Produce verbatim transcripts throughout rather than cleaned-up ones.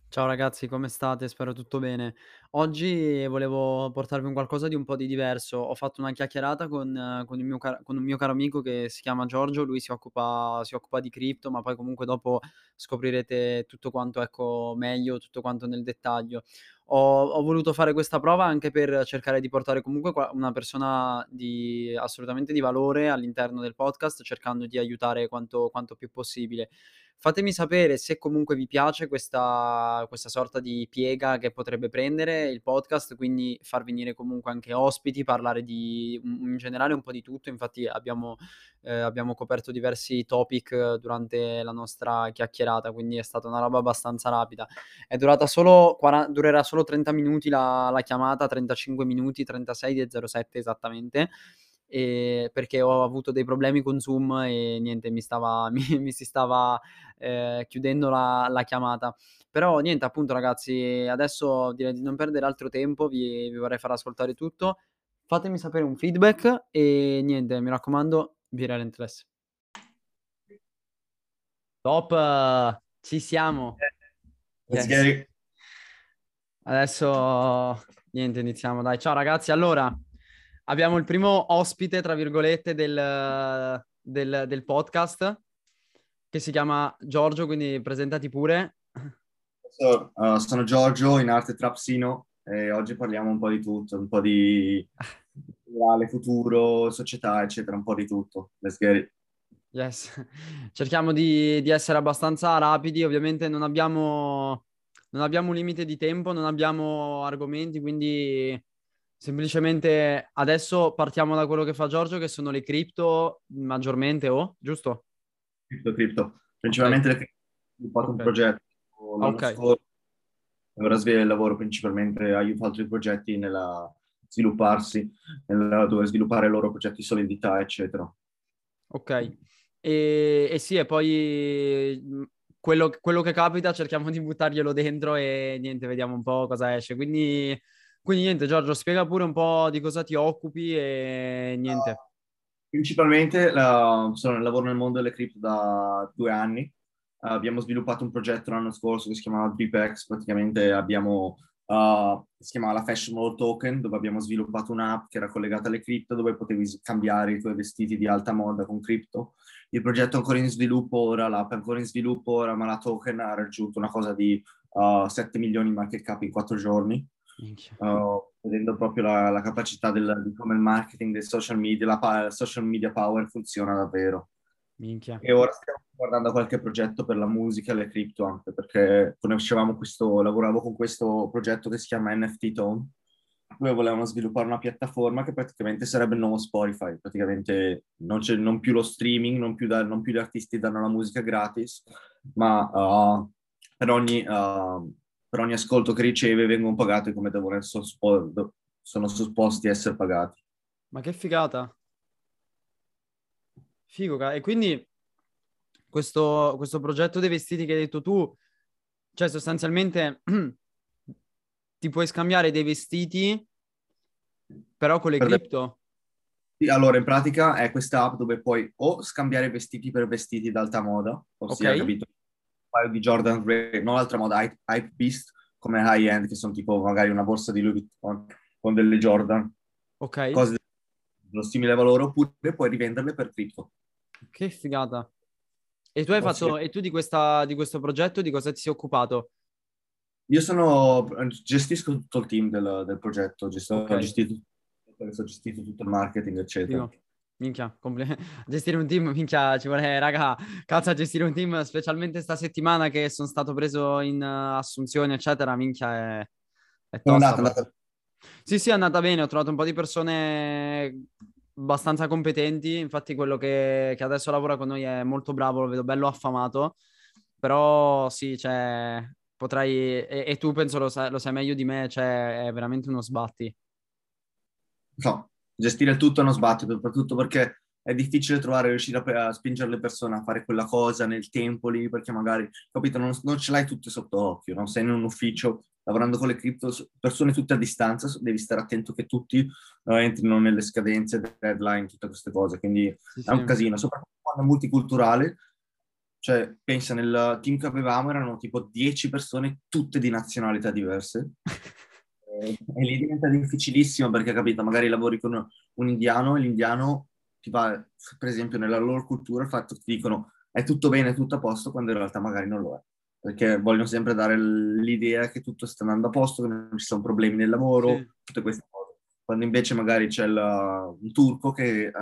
Ciao ragazzi, come state? Spero tutto bene. Oggi volevo portarvi un qualcosa di un po' di diverso. Ho fatto una chiacchierata con eh, con il mio ca con un mio caro amico che si chiama Giorgio, lui si occupa si occupa di cripto, ma poi comunque dopo scoprirete tutto quanto, ecco, meglio, tutto quanto nel dettaglio. Ho ho voluto fare questa prova anche per cercare di portare comunque qua una persona di assolutamente di valore all'interno del podcast, cercando di aiutare quanto quanto più possibile. Fatemi sapere se comunque vi piace questa questa sorta di piega che potrebbe prendere il podcast, quindi far venire comunque anche ospiti, parlare di mhmm, in generale un po' di tutto. Infatti abbiamo ehm, abbiamo coperto diversi topic eh, durante la nostra chiacchierata, quindi è stata una roba abbastanza rapida. È durata solo quara durerà solo trenta minuti la la chiamata, trentacinque minuti, trentasei e zero sette esattamente, ehm, perché ho avuto dei problemi con Zoom e niente, mi stava mi mi si stava ehm, chiudendo la la chiamata. Però niente, appunto ragazzi, adesso direi di non perdere altro tempo, vi vi vorrei far ascoltare tutto. Fatemi sapere un feedback e niente, mi raccomando, be relentless. Top, ci siamo. Let's Yes. get it. Adesso niente, iniziamo dai. Ciao ragazzi, allora abbiamo il primo "ospite" tra virgolette del del del podcast, che si chiama Giorgio, quindi presentati pure. So- uh, sono Giorgio, in arte Trapsino, e oggi parliamo un po' di tutto, un po' di reale, futuro, società, eccetera, un po' di tutto. Let's get it. Yes, cerchiamo di, di essere abbastanza rapidi, ovviamente non abbiamo, non abbiamo un limite di tempo, non abbiamo argomenti, quindi semplicemente adesso partiamo da quello che fa Giorgio, che sono le cripto maggiormente, oh, giusto? Cripto, cripto. Ok, Principalmente le cripto. Ho sviluppato un ok, progetto l'anno ok, scorso, e ora sveglia il lavoro principalmente, aiuto altri progetti nella svilupparsi, nel dove sviluppare i loro progetti solidità, eccetera. ok. E, e sì, e poi mh, quello, quello che capita cerchiamo di buttarglielo dentro e niente, vediamo un po' cosa esce. Quindi, quindi niente, Giorgio, spiega pure un po' di cosa ti occupi e niente. Principalmente la- sono, lavoro nel mondo delle cripto da due anni. Eh, abbiamo sviluppato un progetto l'anno scorso che si chiamava DreamX. Praticamente abbiamo, eh, si chiamava la Fashion World Token, dove abbiamo sviluppato un'app che era collegata alle cripto, dove potevi s- cambiare i tuoi vestiti di alta moda con cripto. Il progetto è ancora in sviluppo ora, l'app è ancora in sviluppo ora, ma la token ha raggiunto una cosa di eh, sette milioni di market cap in quattro giorni, Minchia, uh, vedendo proprio la, la capacità del, di come il marketing dei social media, la pa- social media power funziona davvero. minchia. E ora stiamo guardando qualche progetto per la musica e le cripto anche, perché conoscevamo questo, lavoravo con questo progetto che si chiama N F T Tone, dove volevamo sviluppare una piattaforma che praticamente sarebbe il nuovo Spotify, praticamente non, c'è, non più lo streaming, non più, da, non più gli artisti danno la musica gratis, ma uh, per ogni, uh, per ogni ascolto che riceve vengono pagati come devono essere, sospo- sono supposti essere pagati. Ma che figata. Figo, ca- e quindi questo, questo progetto dei vestiti che hai detto tu, cioè sostanzialmente ti puoi scambiare dei vestiti, però con le Per cripto. Sì, allora, in pratica è questa app dove puoi o scambiare vestiti per vestiti d'alta moda, Ok? ossia, capito, un paio di Jordan Gray, non altra moda, Hype, Hype Beast, come high-end, che sono tipo magari una borsa di Louis Vuitton con delle Jordan, Ok? cose dello simile valore, oppure puoi rivenderle per cripto. Che figata. E tu hai Ossia, fatto, e tu di questa, di questo progetto di cosa ti sei occupato? io sono, gestisco tutto il team del, del progetto, Ok, gestisco, ho gestito, ho gestito tutto il marketing, eccetera. figo. Minchia, comple- gestire un team, minchia, ci vuole, raga, cazzo a gestire un team, specialmente sta settimana che sono stato preso in uh, assunzione, eccetera, minchia, è, è Come è tosta andata? È proprio. andata Sì, sì, è andata bene, ho trovato un po' di persone abbastanza competenti, infatti quello che, che adesso lavora con noi è molto bravo, lo vedo bello affamato, però sì, cioè, potrai, e, e tu penso lo sai, lo sai meglio di me, cioè, è veramente uno sbatti. so, gestire il tutto è uno sbattere, soprattutto perché è difficile trovare, riuscire a, a spingere le persone a fare quella cosa nel tempo lì, perché magari, capito, non, non ce l'hai tutte sotto occhio, no? Sei in un ufficio lavorando con le cripto, persone tutte a distanza, devi stare attento che tutti eh, entrino nelle scadenze, deadline, tutte queste cose, quindi Sì, è un sì. casino, soprattutto quando è multiculturale, Cioè, pensa, nel team che avevamo erano tipo dieci persone, tutte di nazionalità diverse. Eh, E lì diventa difficilissimo perché, capito, magari lavori con un indiano e l'indiano ti va, per esempio, nella loro cultura il fatto che ti dicono è tutto bene, è tutto a posto, quando in realtà magari non lo è. Perché vogliono sempre dare l'idea che tutto sta andando a posto, che non ci sono problemi nel lavoro, Sì. tutte queste cose. Quando invece magari c'è il- un turco che uh,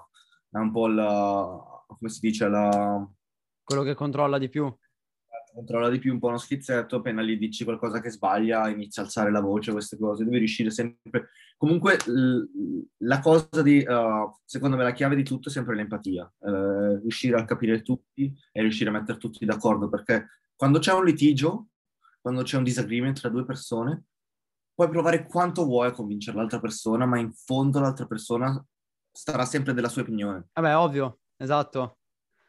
è un po' il, come si dice, la Quello che controlla di più. controlla di più, un po' uno schizzetto, appena gli dici qualcosa che sbaglia, inizia a alzare la voce, queste cose, devi riuscire sempre... Comunque l- la cosa di, uh, secondo me la chiave di tutto è sempre l'empatia, eh, riuscire a capire tutti e riuscire a mettere tutti d'accordo, perché quando c'è un litigio, quando c'è un disagreement tra due persone, puoi provare quanto vuoi a convincere l'altra persona, ma in fondo l'altra persona starà sempre della sua opinione. Vabbè, ovvio, esatto.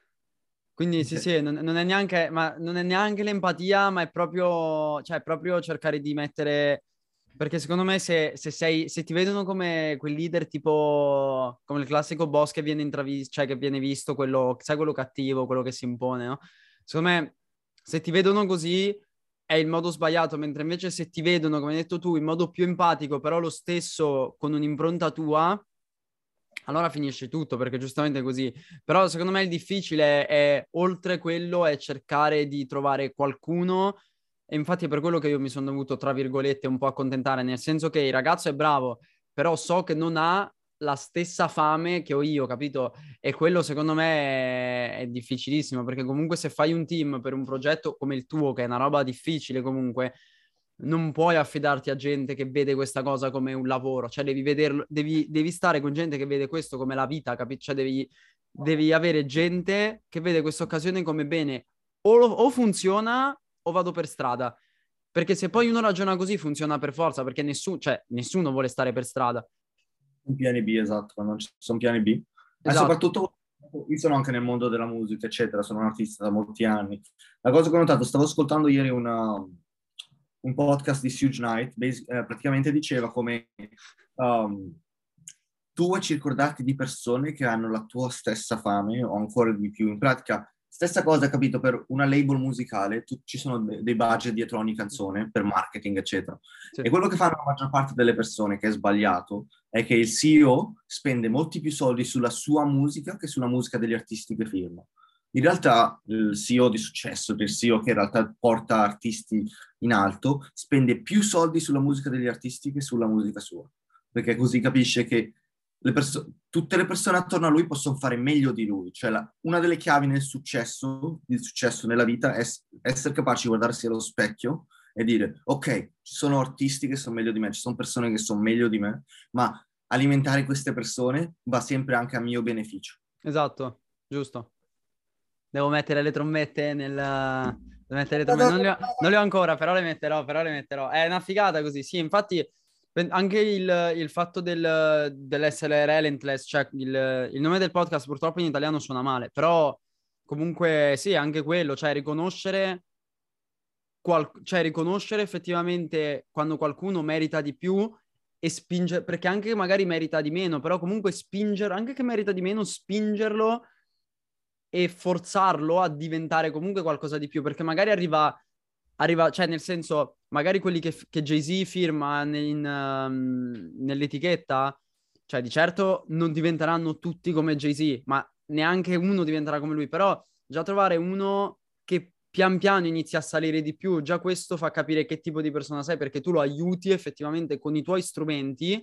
Quindi sì, Ok. sì, non, non è neanche, ma non è neanche l'empatia, ma è proprio, cioè, è proprio cercare di mettere... Perché secondo me se, se sei, se ti vedono come quel leader tipo, come il classico boss che viene intravisto, cioè che viene visto, quello, sai, quello cattivo, quello che si impone, no? Secondo me, se ti vedono così è il modo sbagliato, mentre invece se ti vedono, come hai detto tu, in modo più empatico, però lo stesso con un'impronta tua, allora finisce tutto, perché giustamente è così. Però secondo me il difficile è, oltre quello, è cercare di trovare qualcuno, e infatti è per quello che io mi sono dovuto, tra virgolette, un po' accontentare, nel senso che il ragazzo è bravo, però so che non ha la stessa fame che ho io, capito? E quello secondo me è, è difficilissimo, perché comunque se fai un team per un progetto come il tuo, che è una roba difficile comunque, non puoi affidarti a gente che vede questa cosa come un lavoro, cioè devi vederlo, devi, devi stare con gente che vede questo come la vita, capito? Cioè devi, devi avere gente che vede questa occasione come bene, o, lo- o funziona o vado per strada. Perché se poi uno ragiona così funziona per forza, perché nessuno, cioè, nessuno vuole stare per strada. Un piani B, esatto, quando non ci sono piani B. E Esatto. soprattutto, io sono anche nel mondo della musica, eccetera, sono un artista da molti anni. La cosa che ho notato, stavo ascoltando ieri una, un podcast di Suge Knight, basi- eh, praticamente diceva come um, tu vuoi circondarti di persone che hanno la tua stessa fame o ancora di più. In pratica, stessa cosa, capito, per una label musicale, tu- ci sono de- dei budget dietro ogni canzone per marketing, eccetera. Sì, E quello che fanno la maggior parte delle persone, che è sbagliato, è che il C E O spende molti più soldi sulla sua musica che sulla musica degli artisti che firma. In realtà il C E O di successo, il C E O che in realtà porta artisti in alto, spende più soldi sulla musica degli artisti che sulla musica sua, perché così capisce che le perso- tutte le persone attorno a lui possono fare meglio di lui. Cioè la- una delle chiavi nel successo, del successo nella vita, è s- essere capaci di guardarsi allo specchio e dire, ok, ci sono artisti che sono meglio di me, ci sono persone che sono meglio di me, ma alimentare queste persone va sempre anche a mio beneficio. esatto, giusto. Devo mettere le trombette nel... Devo mettere le trombette. Non le ho, non le ho ancora, però le metterò, però le metterò. È una figata così, sì, infatti pe- anche il, il fatto del, dell'essere relentless, cioè il, il nome del podcast purtroppo in italiano suona male, però comunque sì, anche quello, cioè riconoscere, qual- cioè riconoscere effettivamente quando qualcuno merita di più e spingere, perché anche magari merita di meno, però comunque spingere, anche che merita di meno, spingerlo e forzarlo a diventare comunque qualcosa di più, perché magari arriva, arriva cioè nel senso, magari quelli che, che Jay-Z firma in, um, nell'etichetta, cioè di certo non diventeranno tutti come Jay-Z, ma neanche uno diventerà come lui, però già trovare uno che pian piano inizia a salire di più, già questo fa capire che tipo di persona sei, perché tu lo aiuti effettivamente con i tuoi strumenti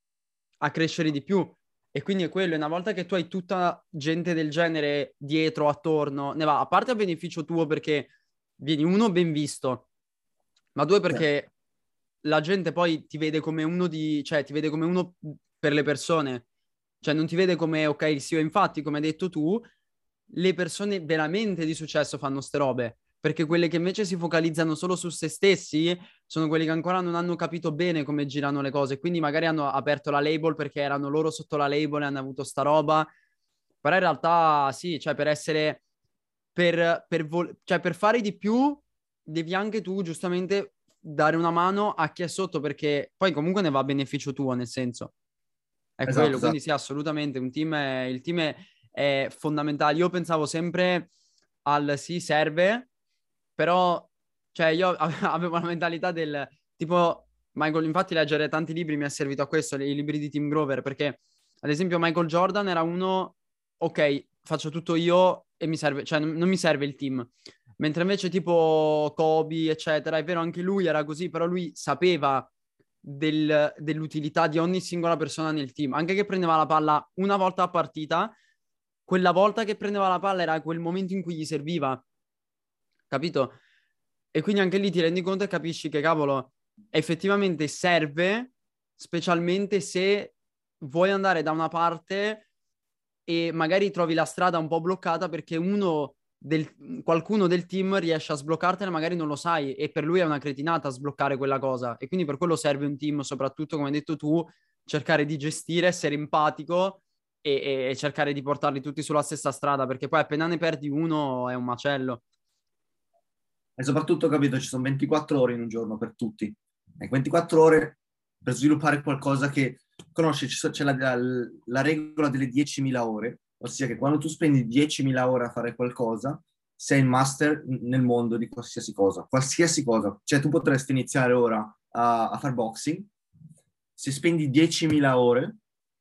a crescere di più. E quindi è quello, e una volta che tu hai tutta gente del genere dietro, attorno, ne va, a parte a beneficio tuo perché vieni uno ben visto, ma due Sì. perché la gente poi ti vede come uno di, cioè ti vede come uno per le persone, cioè non ti vede come, ok, il C E O, infatti, come hai detto tu, le persone veramente di successo fanno ste robe, perché quelle che invece si focalizzano solo su se stessi sono quelli che ancora non hanno capito bene come girano le cose, quindi magari hanno aperto la label perché erano loro sotto la label e hanno avuto sta roba, però in realtà sì, cioè per essere, per, per, vol- cioè per fare di più devi anche tu giustamente dare una mano a chi è sotto, perché poi comunque ne va a beneficio tuo, nel senso, è Esatto, quello, quindi esatto. sì, assolutamente, un team è, il team è, è fondamentale. Io pensavo sempre, al sì, serve, però, cioè, io avevo la mentalità del tipo Michael, infatti leggere tanti libri mi è servito a questo, i libri di Tim Grover, perché ad esempio Michael Jordan era uno, ok, faccio tutto io e mi serve, cioè non, non mi serve il team. Mentre invece tipo Kobe, eccetera, è vero, anche lui era così, però lui sapeva del- dell'utilità di ogni singola persona nel team. Anche che prendeva la palla una volta a partita, quella volta che prendeva la palla era quel momento in cui gli serviva, capito? E quindi anche lì ti rendi conto e capisci che, cavolo, effettivamente serve, specialmente se vuoi andare da una parte e magari trovi la strada un po' bloccata perché uno del, qualcuno del team riesce a sbloccartela, magari non lo sai, e per lui è una cretinata sbloccare quella cosa. E quindi per quello serve un team, soprattutto, come hai detto tu, cercare di gestire, essere empatico e, e cercare di portarli tutti sulla stessa strada, perché poi appena ne perdi uno è un macello. E soprattutto, capito, ci sono ventiquattro ore in un giorno per tutti. E ventiquattro ore per sviluppare qualcosa che conosci, c'è la, la, la regola delle diecimila ore, ossia che quando tu spendi diecimila ore a fare qualcosa, sei il master nel mondo di qualsiasi cosa, qualsiasi cosa. Cioè tu potresti iniziare ora a, a fare boxing, se spendi diecimila ore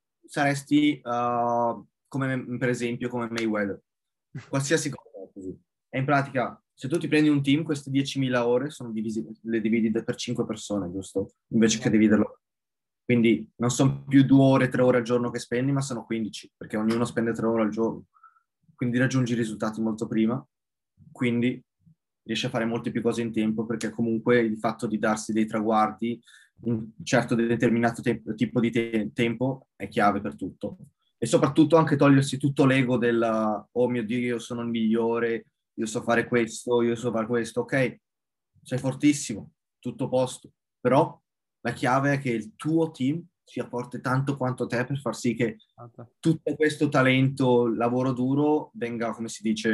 saresti uh, come per esempio come Mayweather, qualsiasi cosa è così. E in pratica, se tu ti prendi un team, queste diecimila ore sono divisi, le dividi per cinque persone, giusto? Invece che dividerlo. Quindi non sono più due ore, tre ore al giorno che spendi, ma sono quindici, perché ognuno spende tre ore al giorno. Quindi raggiungi i risultati molto prima, quindi riesci a fare molte più cose in tempo, perché comunque il fatto di darsi dei traguardi in un certo determinato te- tipo di te- tempo è chiave per tutto. E soprattutto anche togliersi tutto l'ego del oh mio Dio, io sono il migliore, io so fare questo, io so fare questo, ok, sei fortissimo, tutto a posto, però la chiave è che il tuo team sia forte tanto quanto te per far sì che tutto questo talento, lavoro duro venga, come si dice,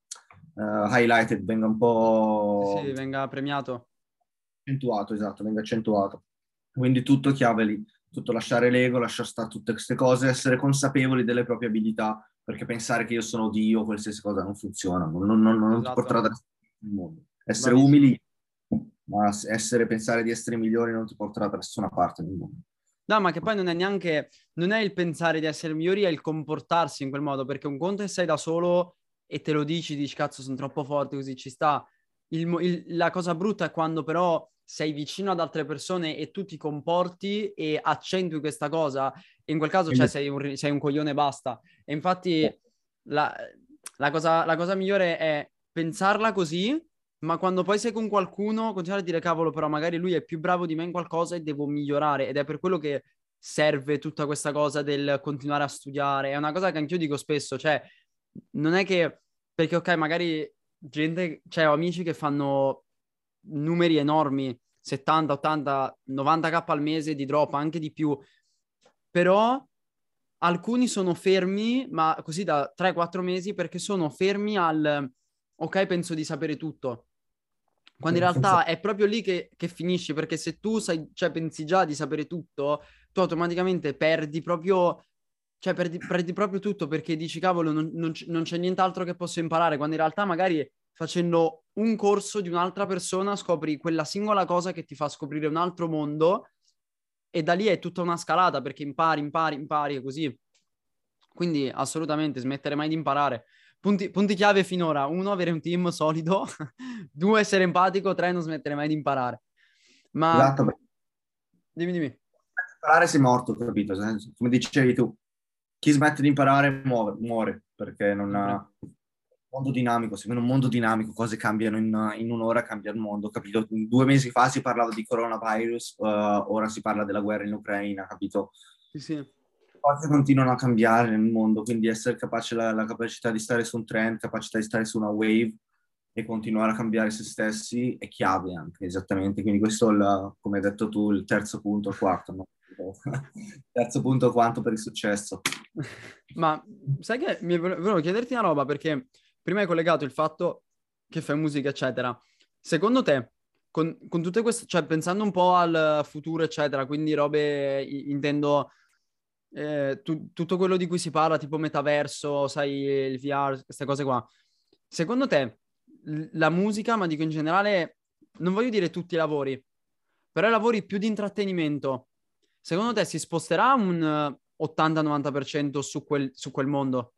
uh, highlighted, venga un Sì, po' sì, venga premiato. accentuato, esatto, venga accentuato. Quindi tutto chiave lì, tutto lasciare l'ego, lasciare stare tutte queste cose, essere consapevoli delle proprie abilità, perché pensare che io sono Dio, qualsiasi cosa non funziona, non, non, non, non ti Esatto, porterà da nessun mondo. Essere bravissimo. umili, ma essere, pensare di essere migliori non ti porterà da nessuna parte nel mondo. No, ma che poi non è neanche, non è il pensare di essere migliori, è il comportarsi in quel modo, perché un conto è sei da solo e te lo dici, dici cazzo sono troppo forte, così ci sta. Il, il, la cosa brutta è quando però sei vicino ad altre persone e tu ti comporti e accentui questa cosa, e in quel caso cioè, sei, un, sei un coglione e basta. E infatti la, la, cosa, la cosa migliore è pensarla così, ma quando poi sei con qualcuno, continuare a dire cavolo, però magari lui è più bravo di me in qualcosa e devo migliorare. Ed è per quello che serve tutta questa cosa del continuare a studiare. È una cosa che anch'io dico spesso, cioè, non è che, perché ok, magari gente, cioè ho amici che fanno numeri enormi, settanta, ottanta, novanta k al mese di drop, anche di più, però alcuni sono fermi, ma così da tre quattro mesi, perché sono fermi al ok, penso di sapere tutto. Quando in realtà è proprio lì che, che finisci, perché se tu sai, cioè, pensi già di sapere tutto, tu automaticamente perdi proprio, cioè perdi, perdi proprio tutto, perché dici cavolo, non, non c- non c'è nient'altro che posso imparare, quando in realtà magari facendo un corso di un'altra persona scopri quella singola cosa che ti fa scoprire un altro mondo, e da lì è tutta una scalata, perché impari, impari, impari e così. Quindi assolutamente smettere mai di imparare. Punti, punti chiave finora: uno, avere un team solido; due, essere empatico; tre, non smettere mai di imparare. Ma Esatto, perché dimmi, dimmi. imparare sei morto, capito? Come dicevi tu, chi smette di imparare muore, muore perché non Sempre. ha mondo dinamico, se in un mondo dinamico cose cambiano in, in un'ora, cambia il mondo, capito? Due mesi fa si parlava di coronavirus, uh, ora si parla della guerra in Ucraina, capito? Sì, sì. Cose continuano a cambiare nel mondo, quindi essere capace, la, la capacità di stare su un trend, capacità di stare su una wave e continuare a cambiare se stessi è chiave anche, esattamente. Quindi questo è, il, come hai detto tu, il terzo punto, il quarto, no? Il terzo punto quanto per il successo. Ma sai che mi vole- volevo chiederti una roba, perché prima hai collegato il fatto che fai musica, eccetera. Secondo te, con, con tutte queste, cioè pensando un po' al futuro, eccetera, quindi robe, i- intendo eh, tu- tutto quello di cui si parla, tipo metaverso, sai, il V R, queste cose qua. secondo te l- la musica, ma dico in generale, non voglio dire tutti i lavori, però i lavori più di intrattenimento, secondo te si sposterà un eh, ottanta-novanta per cento su quel, su quel mondo?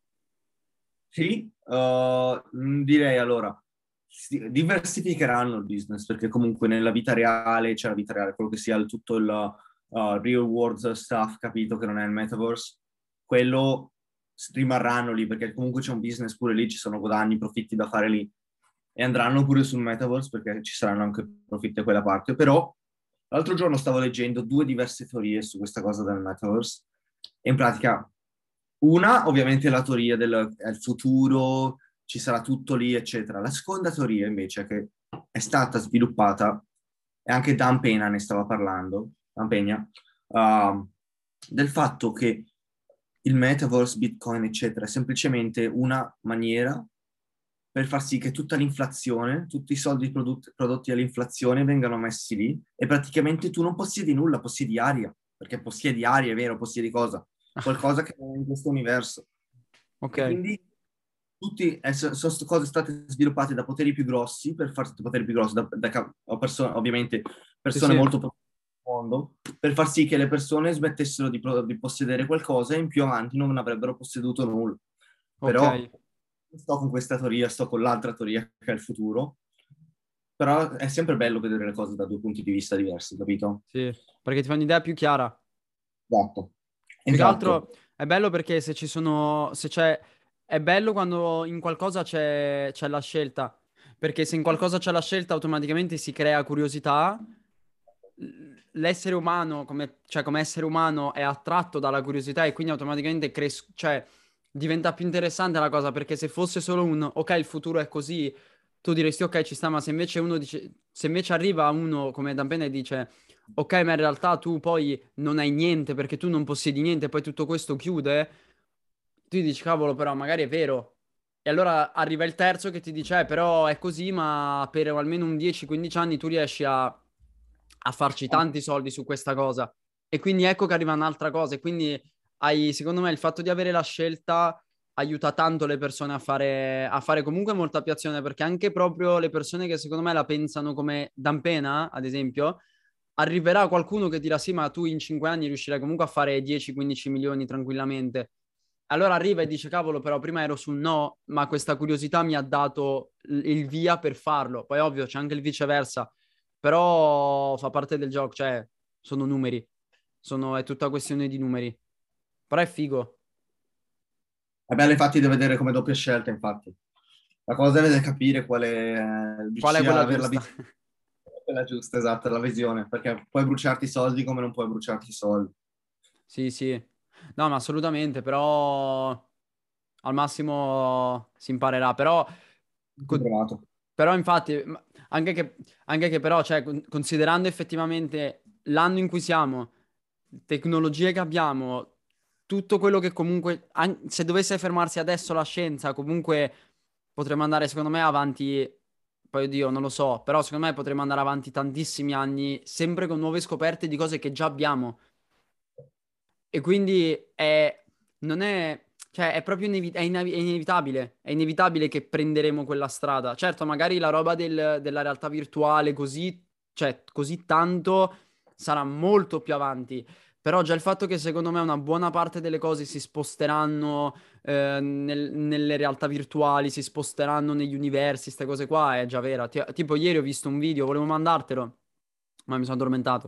Sì, uh, mh, direi allora, si- diversificheranno il business perché comunque nella vita reale, c'è la vita reale, quello che sia il, tutto il uh, real world stuff, capito, che non è il metaverse, quello s- rimarranno lì perché comunque c'è un business pure lì, ci sono guadagni, profitti da fare lì e andranno pure sul metaverse perché ci saranno anche profitti da quella parte. Però l'altro giorno stavo leggendo due diverse teorie su questa cosa del metaverse e in pratica una, ovviamente, è la teoria del è il futuro, ci sarà tutto lì, eccetera. La seconda teoria, invece, che è stata sviluppata, e anche Dan Pena ne stava parlando, Dan Pena, uh, del fatto che il metaverse, Bitcoin, eccetera, è semplicemente una maniera per far sì che tutta l'inflazione, tutti i soldi prodotti, prodotti all'inflazione vengano messi lì e praticamente tu non possiedi nulla, possiedi aria, perché possiedi aria, è vero, possiedi cosa? Qualcosa che non è in questo universo. Ok, E quindi tutti, eh, so- sono st- cose state sviluppate da poteri più grossi, per far poteri più grossi, da, da cap- o perso- ovviamente sì, persone sì, molto potenti nel mondo, per far sì che le persone smettessero di, pro- di possedere qualcosa e in più avanti non avrebbero posseduto nulla. ok, Però sto con questa teoria, sto con l'altra teoria che è il futuro, però è sempre bello vedere le cose da due punti di vista diversi, capito? sì, perché ti fa un'idea più chiara. Esatto. Più che Esatto. altro è bello perché se ci sono, se c'è, è bello quando in qualcosa c'è c'è la scelta, perché se in qualcosa c'è la scelta automaticamente si crea curiosità. L- L'essere umano, come, cioè come essere umano, è attratto dalla curiosità e quindi automaticamente cres- cioè, diventa più interessante la cosa, perché se fosse solo un ok, il futuro è così, tu diresti ok, ci sta, ma se invece uno dice, se invece arriva uno come Dan Penna e dice ok, ma in realtà tu poi non hai niente perché tu non possiedi niente, poi tutto questo chiude, tu gli dici cavolo, però magari è vero. E allora arriva il terzo che ti dice, eh, però è così, ma per almeno un dieci quindici anni tu riesci a, a farci tanti soldi su questa cosa. E quindi ecco che arriva un'altra cosa. E quindi hai, secondo me, il fatto di avere la scelta aiuta tanto le persone a fare, a fare comunque molta più azione, perché anche proprio le persone che secondo me la pensano come Dan Pena, ad esempio, arriverà qualcuno che dirà sì, ma tu in cinque anni riuscirai comunque a fare dieci quindici milioni tranquillamente. Allora arriva e dice, cavolo, però prima ero sul no, ma questa curiosità mi ha dato il il via per farlo. Poi ovvio, c'è anche il viceversa, però fa parte del gioco, cioè sono numeri, sono, è tutta questione di numeri. Però è figo. È bello infatti da vedere come doppia scelta, infatti. La cosa è capire quale, Qual è riuscire a quella avere la giusta? visione, quella giusta, esatto, la visione, perché puoi bruciarti i soldi come non puoi bruciarti i soldi. Sì, sì. No, ma assolutamente, però al massimo si imparerà. Però, Ho co- provato. però infatti, ma- anche che, anche che però, cioè, con- considerando effettivamente l'anno in cui siamo, tecnologie che abbiamo, tutto quello che comunque, an- se dovesse fermarsi adesso la scienza, comunque potremmo andare, secondo me, avanti, poi oddio, non lo so, però secondo me potremmo andare avanti tantissimi anni, sempre con nuove scoperte di cose che già abbiamo. E quindi è, non è, cioè è proprio inevi- è inevi- è inevitabile, è inevitabile che prenderemo quella strada. Certo, magari la roba del- della realtà virtuale così, cioè così tanto sarà molto più avanti. Però già il fatto che secondo me una buona parte delle cose si sposteranno eh, nel- nelle realtà virtuali, si sposteranno negli universi, queste cose qua è già vera. Ti- tipo ieri ho visto un video, volevo mandartelo, ma mi sono addormentato.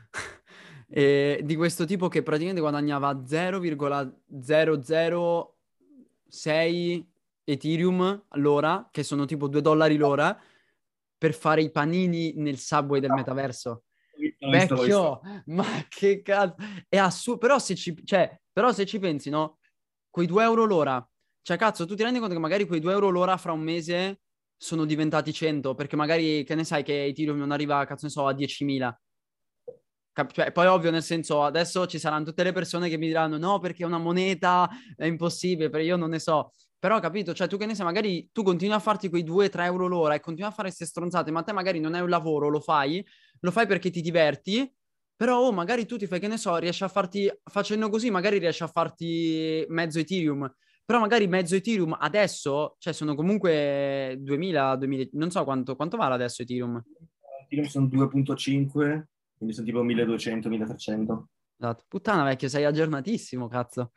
E di questo tipo che praticamente guadagnava zero virgola zero zero sei Ethereum l'ora, che sono tipo due dollari l'ora, per fare i panini nel subway del metaverso. L'ho visto, l'ho visto, l'ho visto. Vecchio, ma che cazzo, è assurdo. Però se ci, cioè, però se ci pensi, no? Quei due euro l'ora, cioè cazzo, tu ti rendi conto che magari quei due euro l'ora fra un mese sono diventati cento, perché magari, che ne sai che Ethereum non arriva, cazzo ne so, a diecimila. Cap- cioè, poi ovvio, nel senso, adesso ci saranno tutte le persone che mi diranno no, perché è una moneta, è impossibile, perché io non ne so. Però, capito? Cioè, tu che ne sai, magari tu continui a farti quei due tre euro l'ora e continui a fare queste stronzate, ma a te magari non è un lavoro, lo fai, lo fai perché ti diverti, però oh, magari tu ti fai, che ne so, riesci a farti, facendo così, magari riesci a farti mezzo Ethereum. Però magari mezzo Ethereum adesso, cioè sono comunque duemila, duemila, non so quanto, quanto vale adesso Ethereum. Ethereum sono due virgola cinque, quindi sono tipo milleduecento milletrecento. Esatto. Puttana vecchio, sei aggiornatissimo, cazzo.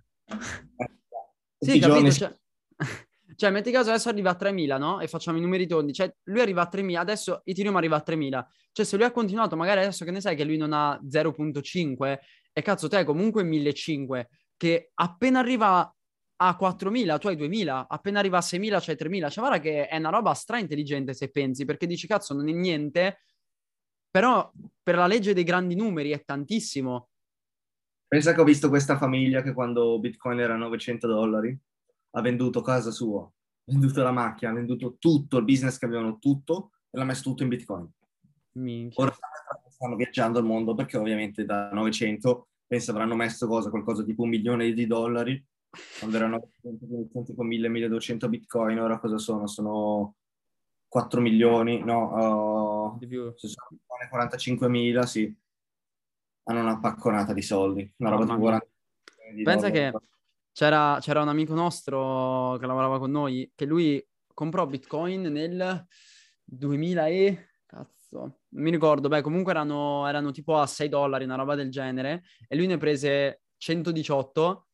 Eh, Sì, Tutti i giorni capito, si- cioè... cioè, metti caso adesso arriva a tremila, no? E facciamo i numeri tondi. Cioè, lui arriva a tremila, adesso Ethereum arriva a tremila. Cioè, se lui ha continuato, magari adesso che ne sai che lui non ha zero virgola cinque, e cazzo, te hai comunque millecinquecento, che appena arriva a quattromila, tu hai duemila, appena arriva a seimila, c'hai tremila. Cioè, guarda che è una roba stra intelligente se pensi, perché dici, cazzo, non è niente, però per la legge dei grandi numeri è tantissimo. Pensa che ho visto questa famiglia che quando Bitcoin era a novecento dollari ha venduto casa sua, ha venduto la macchina, ha venduto tutto, il business che avevano tutto e l'ha messo tutto in Bitcoin. Ora Minchia. stanno viaggiando il mondo perché ovviamente da novecento penso avranno messo cosa, qualcosa tipo un milione di dollari quando erano novecento con mille milleduecento Bitcoin, ora cosa sono? Sono quattro milioni, no, uh, Di più. se sono quarantacinquemila, sì, hanno una pacconata di soldi, una roba Mamma tipo mia. quaranta milioni di Pensa dollari. che c'era, c'era un amico nostro che lavorava con noi, che lui comprò Bitcoin nel duemila e... Cazzo, non mi ricordo, beh, comunque erano, erano tipo a sei dollari, una roba del genere, e lui ne prese centodiciotto,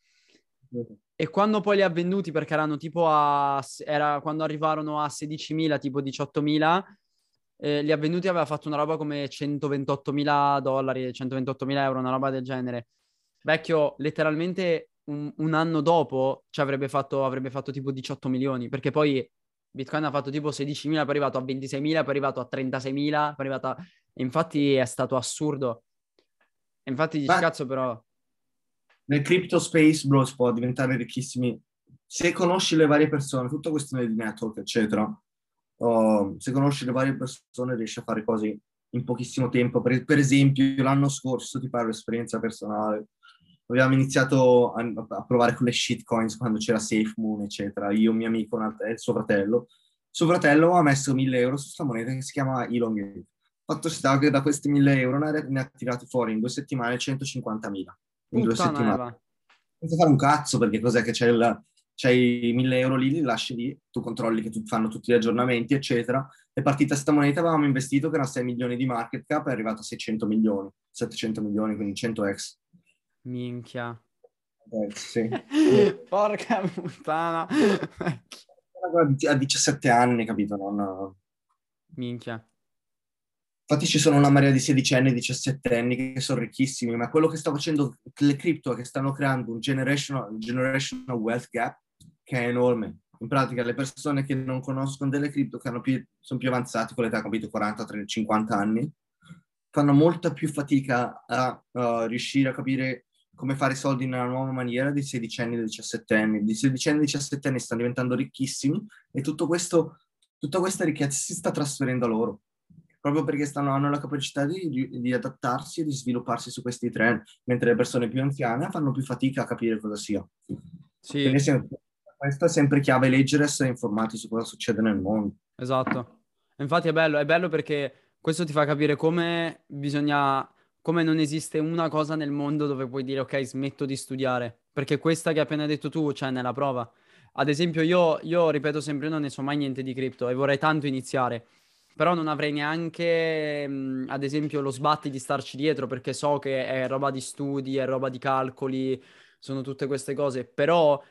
e quando poi li ha venduti, perché erano tipo a... era quando arrivarono a sedicimila, tipo diciottomila, eh, li ha venduti aveva fatto una roba come centoventottomila dollari, centoventottomila euro, una roba del genere. Vecchio, letteralmente un, un anno dopo ci avrebbe fatto, avrebbe fatto tipo diciotto milioni, perché poi Bitcoin ha fatto tipo sedicimila, poi è arrivato a ventiseimila, poi è arrivato a trentaseimila, poi è arrivato a... e infatti è stato assurdo. E infatti dici, Ma cazzo però... nel crypto space, bro, si può diventare ricchissimi se conosci le varie persone, tutta questione di network, eccetera. Oh, se conosci le varie persone riesci a fare cose in pochissimo tempo. Per, per esempio, l'anno scorso, ti parlo esperienza personale, abbiamo iniziato a, a provare con le shitcoins quando c'era SafeMoon, eccetera. Io, un mio amico e il suo fratello. Suo fratello ha messo mille euro su questa moneta che si chiama Elongate. Fatto sta che da questi mille euro ne ha, ne ha tirati fuori in due settimane centocinquantamila. In due Puttana settimane. Eva. Senza fare un cazzo, perché cos'è che c'è il, c'hai mille euro lì, li lasci lì, tu controlli che tu, fanno tutti gli aggiornamenti, eccetera. È partita sta moneta, avevamo investito che erano sei milioni di market cap, è arrivato a seicento milioni, settecento milioni, quindi cento x. Minchia. Eh, sì. Porca puttana. A diciassette anni, capito? Non... Minchia. Infatti ci sono una marea di sedicenni e diciassettenni che sono ricchissimi, ma quello che sta facendo le cripto è che stanno creando un generational, generational wealth gap che è enorme. In pratica le persone che non conoscono delle cripto, che hanno più, sono più avanzati con l'età, capito, quaranta, trenta, cinquanta anni, fanno molta più fatica a uh, riuscire a capire come fare soldi in una nuova maniera di sedicenni e diciassettenni. Di sedicenni e diciassettenni stanno diventando ricchissimi e tutto questo, tutta questa ricchezza si sta trasferendo a loro proprio perché stanno, hanno la capacità di, di, di adattarsi e di svilupparsi su questi trend, mentre le persone più anziane fanno più fatica a capire cosa sia. Sì, Quindi è sempre, questo è sempre chiave leggere e essere informati su cosa succede nel mondo. esatto. Infatti è bello, è bello perché questo ti fa capire come bisogna, come non esiste una cosa nel mondo dove puoi dire ok, smetto di studiare, perché questa che hai appena detto tu, c'è nella prova. Ad esempio io, io ripeto sempre, non ne so mai niente di cripto e vorrei tanto iniziare, però non avrei neanche, mh, ad esempio, lo sbatti di starci dietro perché so che è roba di studi, è roba di calcoli, sono tutte queste cose, però...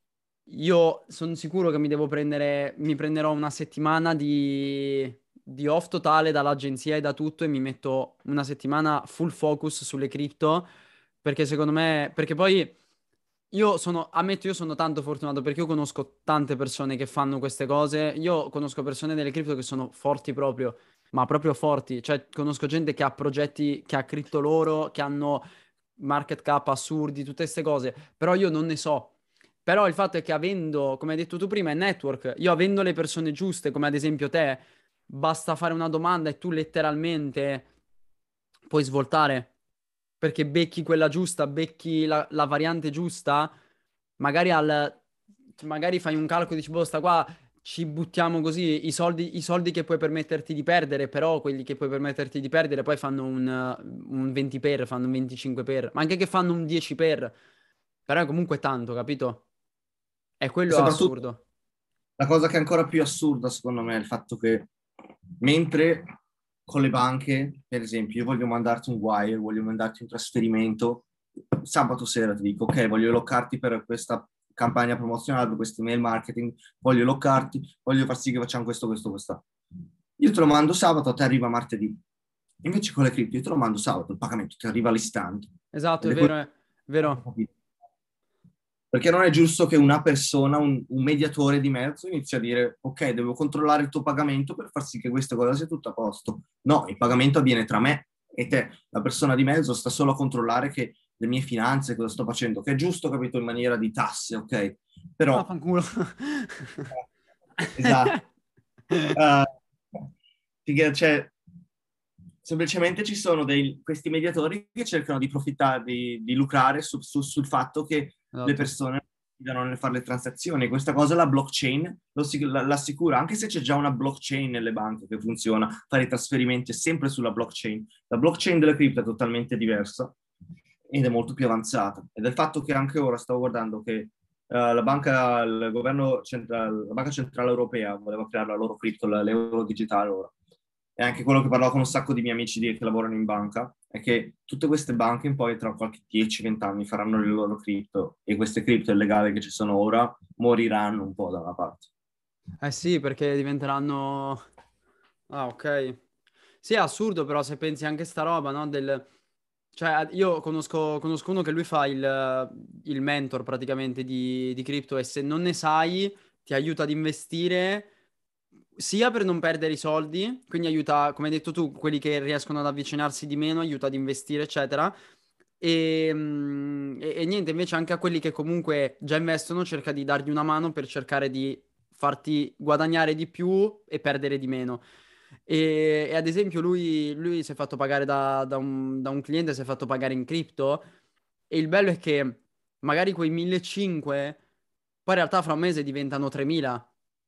Io sono sicuro che mi devo prendere, mi prenderò una settimana di, di off totale dall'agenzia e da tutto e mi metto una settimana full focus sulle cripto perché secondo me, perché poi io sono, ammetto, io sono tanto fortunato perché io conosco tante persone che fanno queste cose, io conosco persone delle cripto che sono forti proprio, ma proprio forti, cioè conosco gente che ha progetti, che ha cripto loro, che hanno market cap assurdi, tutte queste cose, però io non ne so. Però il fatto è che avendo, come hai detto tu prima, è network, io avendo le persone giuste, come ad esempio te, basta fare una domanda e tu letteralmente puoi svoltare. Perché becchi quella giusta, becchi la, la variante giusta, magari al, magari fai un calcolo e dici, boh, sta qua, ci buttiamo così, i soldi, i soldi che puoi permetterti di perdere, però quelli che puoi permetterti di perdere poi fanno un, un venti per, fanno un venticinque per, ma anche che fanno un dieci per, però è comunque tanto, capito? E E quello è soprattutto assurdo. la cosa che è ancora più assurda, secondo me, è il fatto che mentre con le banche, per esempio, io voglio mandarti un wire, voglio mandarti un trasferimento, sabato sera ti dico, ok, voglio loccarti per questa campagna promozionale, per questo email marketing, voglio loccarti, voglio far sì che facciamo questo, questo, questo. Io te lo mando sabato, a te arriva martedì. Invece con le cripto io te lo mando sabato, il pagamento ti arriva all'istante. Esatto, Ed è è quello vero, è che non ho vero. capito. Perché non è giusto che una persona, un, un mediatore di mezzo, inizi a dire ok, devo controllare il tuo pagamento per far sì che questa cosa sia tutto a posto. No, il pagamento avviene tra me e te. La persona di mezzo sta solo a controllare che le mie finanze, cosa sto facendo, che è giusto, capito, in maniera di tasse, ok? Ah, Però, fanculo. esatto. Uh, perché, cioè, semplicemente ci sono dei, questi mediatori che cercano di approfittare, di, di lucrare su, su, sul fatto che le Esatto. persone devono nel fare le transazioni. Questa cosa la blockchain lo, la, l'assicura, anche se c'è già una blockchain nelle banche che funziona, fare i trasferimenti è sempre sulla blockchain. La blockchain delle cripto è totalmente diversa ed è molto più avanzata. Ed è il fatto che anche ora stavo guardando che uh, la banca, il governo centrale, la banca centrale europea voleva creare la loro cripto, l'euro digitale ora. E anche quello che parlo con un sacco di miei amici di, che lavorano in banca è che tutte queste banche in poi tra qualche dieci venti anni faranno le loro cripto e queste cripto illegali che ci sono ora moriranno un po' da una parte. Eh sì, perché diventeranno... Ah, ok. Sì, è assurdo però se pensi anche sta roba, no? Del... Cioè, io conosco, conosco uno che lui fa il, il mentor praticamente di, di cripto e se non ne sai ti aiuta ad investire sia per non perdere i soldi, quindi aiuta, come hai detto tu, quelli che riescono ad avvicinarsi di meno, aiuta ad investire, eccetera. E, mm, e- e niente, invece anche a quelli che comunque già investono cerca di dargli una mano per cercare di farti guadagnare di più e perdere di meno. E, e ad esempio lui, lui si è fatto pagare da, da un, da un cliente, si è fatto pagare in cripto e il bello è che magari quei millecinquecento poi in realtà fra un mese diventano tremila.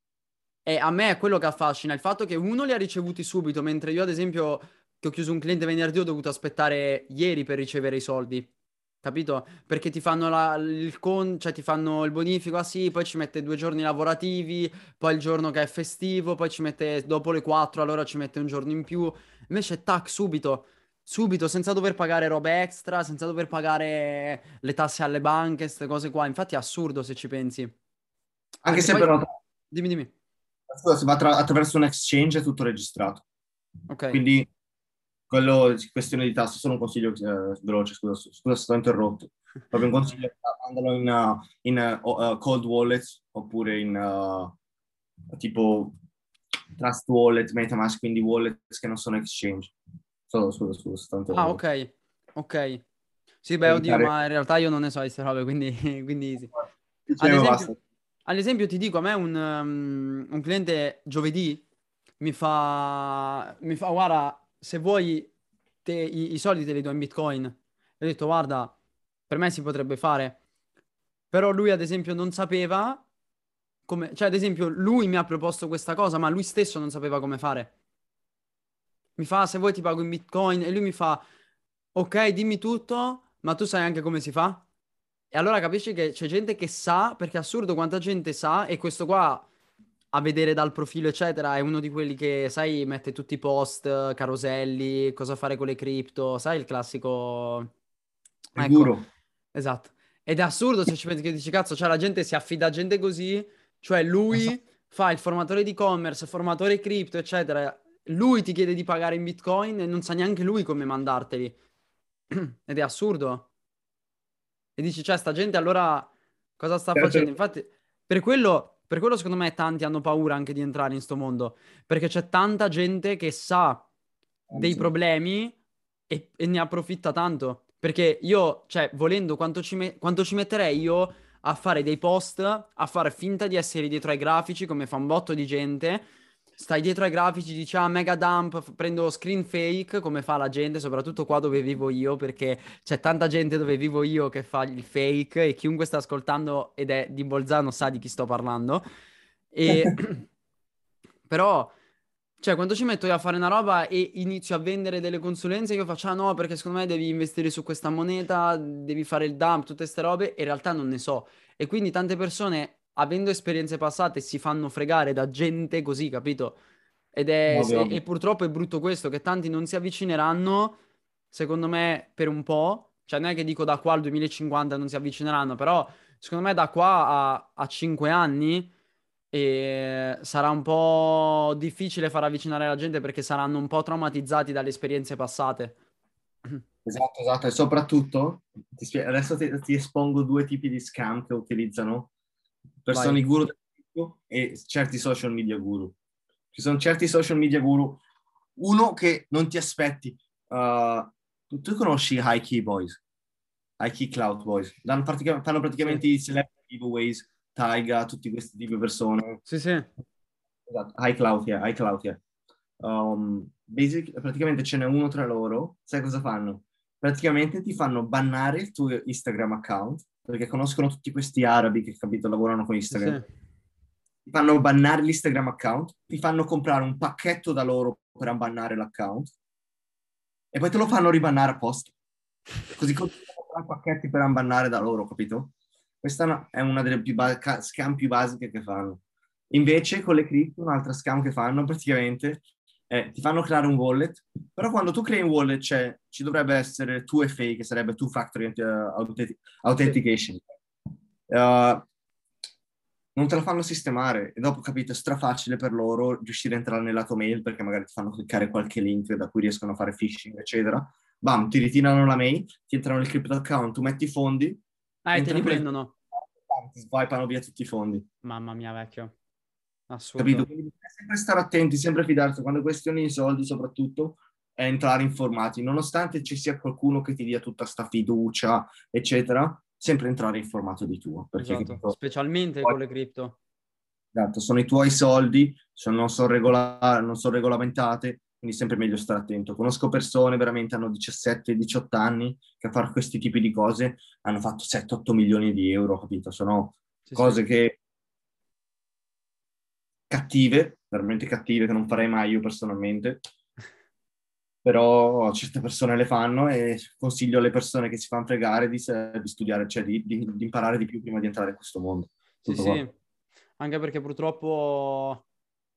E a me è quello che affascina, il fatto che uno li ha ricevuti subito, mentre io ad esempio che ho chiuso un cliente venerdì ho dovuto aspettare ieri per ricevere i soldi. Capito? Perché ti fanno la- il con, cioè ti fanno il bonifico, ah sì, poi ci mette due giorni lavorativi, poi il giorno che è festivo, poi ci mette dopo le quattro, allora ci mette un giorno in più. Invece tac, subito, subito, senza dover pagare robe extra, senza dover pagare le tasse alle banche, queste cose qua. Infatti è assurdo se ci pensi. Anche Perché se poi, però, dimmi, dimmi. scusa, se va attra- attraverso un exchange è tutto registrato. Ok. Quindi quello, questione di tasse, solo un consiglio eh, veloce, scusa, scusa se sto interrotto. Proprio un consiglio, mandalo in, uh, in uh, uh, cold wallets oppure in uh, tipo Trust Wallet, MetaMask, quindi wallet che non sono exchange. Solo, scusa, scusa, sto Ah, interrotto. ok, ok. Sì, beh, Per oddio, evitare... ma in realtà io non ne so di queste robe, quindi, quindi easy. Ad Dicevo, esempio, basta. ad esempio, ti dico, a me un, um, un cliente giovedì mi fa, mi fa, guarda, se vuoi te- i, i soldi te li do in Bitcoin. E ho detto, guarda, per me si potrebbe fare. Però lui, ad esempio, non sapeva come, cioè, ad esempio, lui mi ha proposto questa cosa, ma lui stesso non sapeva come fare. Mi fa, se vuoi ti pago in Bitcoin. E lui mi fa, ok, dimmi tutto, ma tu sai anche come si fa? E allora capisci che c'è gente che sa, perché è assurdo quanta gente sa, e questo qua, a vedere dal profilo, eccetera, è uno di quelli che, sai, mette tutti i post, eh, caroselli, cosa fare con le cripto, sai, il classico... Ecco, Sicuro. esatto. Ed è assurdo se ci pensi che dici, cazzo, cioè la gente si affida a gente così, cioè Ma sa- lui fa il formatore di e-commerce, formatore cripto, eccetera. Lui ti chiede di pagare in Bitcoin e non sa neanche lui come mandarteli. Ed è assurdo. E dici, cioè, sta gente allora cosa sta facendo? certo, Infatti, per quello, per quello secondo me tanti hanno paura anche di entrare in sto mondo. Perché c'è tanta gente che sa dei sì. problemi e, e ne approfitta tanto. Perché io, cioè, volendo, quanto ci, me- quanto ci metterei io a fare dei post, a fare finta di essere dietro ai grafici, come fa un botto di gente. Stai dietro ai grafici, dici, ah, mega dump, f- prendo screen fake, come fa la gente, soprattutto qua dove vivo io, perché c'è tanta gente dove vivo io che fa il fake e chiunque sta ascoltando ed è di Bolzano sa di chi sto parlando. E però, cioè, quando ci metto io a fare una roba e inizio a vendere delle consulenze, io faccio, ah no, perché secondo me devi investire su questa moneta, devi fare il dump, tutte queste robe, e in realtà non ne so. E quindi tante persone avendo esperienze passate si fanno fregare da gente così, capito? Ed è, Ovvio, e, ovvio. e purtroppo è brutto questo, che tanti non si avvicineranno, secondo me, per un po'. Cioè, non è che dico da qua al duemilacinquanta non si avvicineranno, però secondo me da qua a, a cinque anni e sarà un po' difficile far avvicinare la gente perché saranno un po' traumatizzati dalle esperienze passate. Esatto, esatto. E soprattutto, ti spie- adesso ti, ti espongo due tipi di scam che utilizzano Vai. persone guru del cripto e certi social media guru. Ci sono certi social media guru, uno che non ti aspetti. Uh, tu, tu conosci High Key Boys, High Key Cloud Boys? Danno pratica- fanno Sì, praticamente i celebrity giveaways, Taiga, tutti questi tipi di persone. sì, sì. Esatto, High Cloud, yeah, High Cloud, yeah. Um, basic, praticamente ce n'è uno tra loro. Sai cosa fanno? Praticamente ti fanno bannare il tuo Instagram account, perché conoscono tutti questi arabi che, capito, lavorano con Sì, sì. Instagram. Ti fanno bannare l'Instagram account, ti fanno comprare un pacchetto da loro per abbannare l'account e poi te lo fanno ribannare a posto. Così continuano a comprare pacchetti per abbannare da loro, capito? Questa è una, è una delle più ba- ca- scam più basiche che fanno. Invece con le cripto, un'altra scam che fanno praticamente è ti fanno creare un wallet, però quando tu crei un wallet c'è, ci dovrebbe essere two F A, che sarebbe Two Factor uh, Authenti- Sì. Authentication. Uh, non te la fanno sistemare e dopo, capito, è strafacile per loro riuscire a entrare nella tua mail perché magari ti fanno cliccare qualche link da cui riescono a fare phishing, eccetera. Bam, ti ritirano la mail, ti entrano nel crypto account, tu metti i fondi, Ah, e te li entrano nel prendono. ti swipano via tutti i fondi. Mamma mia, vecchio. Capito? Assurdo. Quindi bisogna sempre stare attenti, sempre fidarsi quando è questione di soldi, soprattutto, è entrare informati. Nonostante ci sia qualcuno che ti dia tutta sta fiducia, eccetera, sempre entrare informato di tuo, perché Esatto. capito? Specialmente con le cripto. Esatto, sono i tuoi soldi, sono- non sono regola- non sono regolamentate, quindi è sempre meglio stare attento. Conosco persone veramente hanno diciassette diciotto anni che a fare questi tipi di cose hanno fatto sette otto milioni di euro, capito? Sono Sì, sì. cose che cattive, veramente cattive, che non farei mai io personalmente, però certe persone le fanno e consiglio alle persone che si fanno fregare di, di studiare, cioè di, di- di imparare di più prima di entrare in questo mondo. Sì, Tutto qua. sì. Anche perché purtroppo...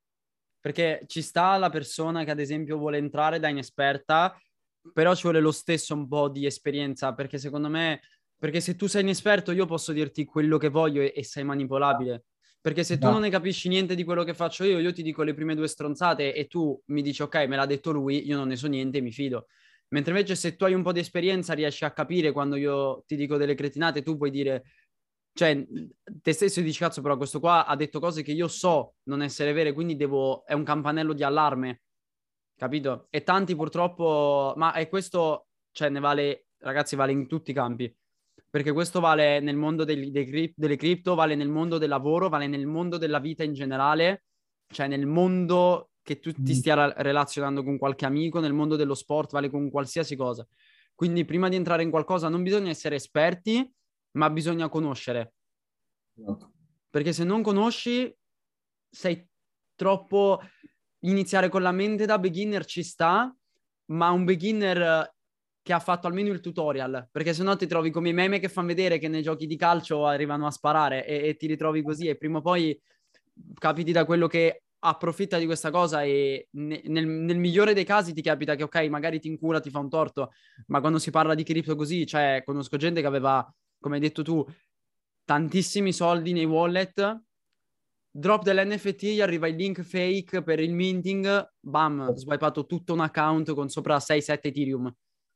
Perché ci sta la persona che ad esempio vuole entrare da inesperta, però ci vuole lo stesso un po' di esperienza, perché secondo me, perché se tu sei inesperto io posso dirti quello che voglio e, e sei manipolabile. Perché se tu non ne Esatto. capisci niente di quello che faccio io, io ti dico le prime due stronzate e tu mi dici ok, me l'ha detto lui, io non ne so niente e mi fido. Mentre invece se tu hai un po' di esperienza riesci a capire quando io ti dico delle cretinate, tu puoi dire cioè, te stesso dici, cazzo, però questo qua ha detto cose che io so non essere vere, quindi devo, è un campanello di allarme, capito? E tanti purtroppo, ma e questo, cioè, ne vale, ragazzi, vale in tutti i campi, perché questo vale nel mondo dei, dei cri- delle cripto, vale nel mondo del lavoro, vale nel mondo della vita in generale, cioè nel mondo che tu ti Mm. stia ra- relazionando con qualche amico, nel mondo dello sport, vale con qualsiasi cosa. Quindi prima di entrare in qualcosa non bisogna essere esperti, ma bisogna conoscere, Esatto. perché se non conosci sei troppo... Iniziare con la mente da beginner ci sta, ma un beginner eh, che ha fatto almeno il tutorial, perché sennò ti trovi come i meme che fanno vedere che nei giochi di calcio arrivano a sparare e, e ti ritrovi così e prima o poi capiti da quello che approfitta di questa cosa e ne- nel, nel migliore dei casi ti capita che ok, magari ti incura, ti fa un torto, ma quando si parla di cripto così, cioè conosco gente che aveva, come hai detto tu, tantissimi soldi nei wallet, drop dell'N F T, gli arriva il link fake per il minting, bam, swipato tutto un account con sopra sei sette Ethereum.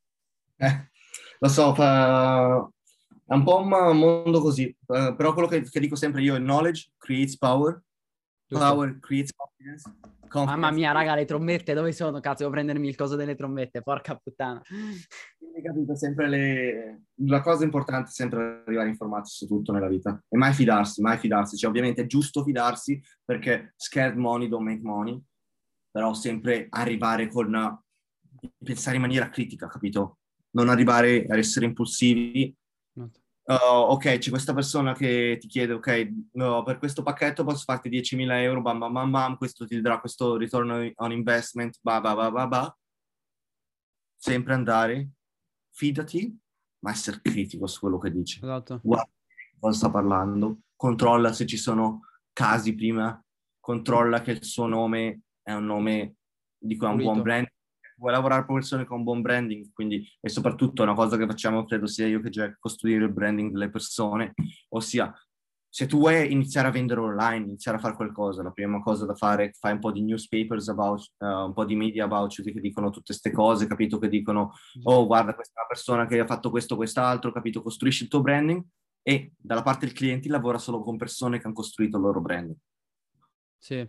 Eh, lo so, fa... è un po' un mondo così, eh, però quello che, che dico sempre io è knowledge creates power, Giusto? power creates confidence, Mamma confidence mia, creates... raga, le trombette dove sono? Cazzo, devo prendermi il coso delle trombette, porca puttana. Quindi, capito, sempre le... la cosa importante è sempre arrivare informati su tutto nella vita e mai fidarsi, mai fidarsi. Cioè, ovviamente è giusto fidarsi perché scared money don't make money, però sempre arrivare con pensare in maniera critica, capito? Non arrivare a essere impulsivi. Uh, ok, c'è questa persona che ti chiede, ok, no, per questo pacchetto posso farti diecimila euro, bam bam bam bam, questo ti darà questo ritorno on investment, ba ba ba ba ba. Sempre andare, fidati, ma essere critico su quello che dice. Esatto. Guarda di cosa sta parlando, controlla se ci sono casi prima, controlla che il suo nome è un nome di cui ha un buon Pulito. brand. Vuoi lavorare con persone con un buon branding, quindi, e soprattutto una cosa che facciamo, credo sia io che Jack, costruire il branding delle persone, ossia se tu vuoi iniziare a vendere online, iniziare a fare qualcosa, la prima cosa da fare, fai un po' di newspapers about, uh, un po' di media about you che dicono tutte queste cose, capito? Che dicono, oh guarda, questa è una persona che ha fatto questo, quest'altro, capito? Costruisci il tuo branding e dalla parte del cliente lavora solo con persone che hanno costruito il loro branding. Sì.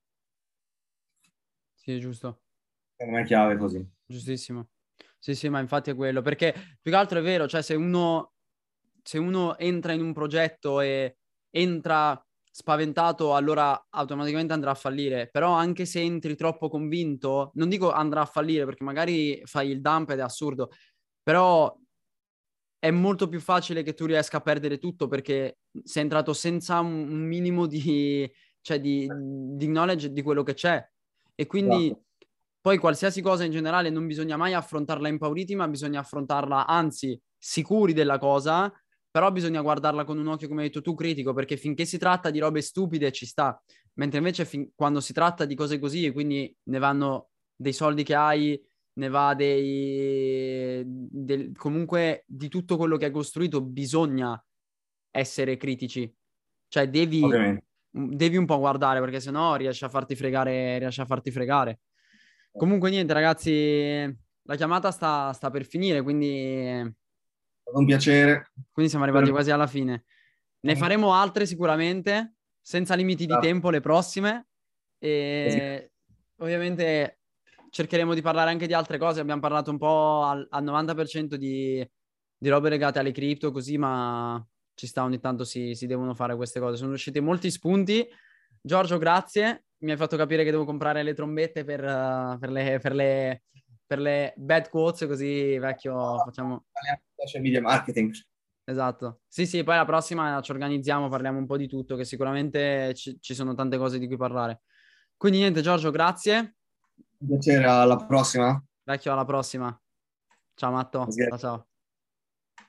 Sì, giusto. Secondo me è chiave così. Giustissimo. Sì, sì, ma infatti è quello. Perché più che altro è vero, cioè se uno, se uno entra in un progetto e entra spaventato, allora automaticamente andrà a fallire. Però anche se entri troppo convinto, non dico andrà a fallire perché magari fai il dump ed è assurdo, però è molto più facile che tu riesca a perdere tutto perché sei entrato senza un, un minimo di, cioè di, di knowledge di quello che c'è. E quindi Esatto. poi qualsiasi cosa in generale non bisogna mai affrontarla impauriti, ma bisogna affrontarla, anzi, sicuri della cosa, però bisogna guardarla con un occhio, come hai detto tu, critico, perché finché si tratta di robe stupide ci sta, mentre invece fin- quando si tratta di cose così e quindi ne vanno dei soldi che hai, ne va dei... del- comunque di tutto quello che hai costruito, bisogna essere critici. Cioè devi, Ovviamente. devi un po' guardare, perché sennò riesci a farti fregare, riesci a farti fregare. Comunque niente, ragazzi, la chiamata sta, sta per finire, quindi, È stato un piacere. quindi siamo arrivati Spero- quasi alla fine. Ne faremo altre sicuramente, senza limiti di tempo, le prossime. E ovviamente cercheremo di parlare anche di altre cose. Abbiamo parlato un po' al, al novanta per cento di, di robe legate alle cripto, così, ma ci sta ogni tanto si, si devono fare queste cose. Sono usciti molti spunti. Giorgio, grazie. Mi hai fatto capire che devo comprare le trombette per, uh, per, le, per, le, per le bad quotes, così vecchio facciamo... Social media marketing. Esatto. Sì, sì, poi la prossima ci organizziamo, parliamo un po' di tutto, che sicuramente ci, ci sono tante cose di cui parlare. Quindi niente, Giorgio, grazie. Un piacere, alla prossima. Vecchio, alla prossima. Ciao Matto. Ciao ciao.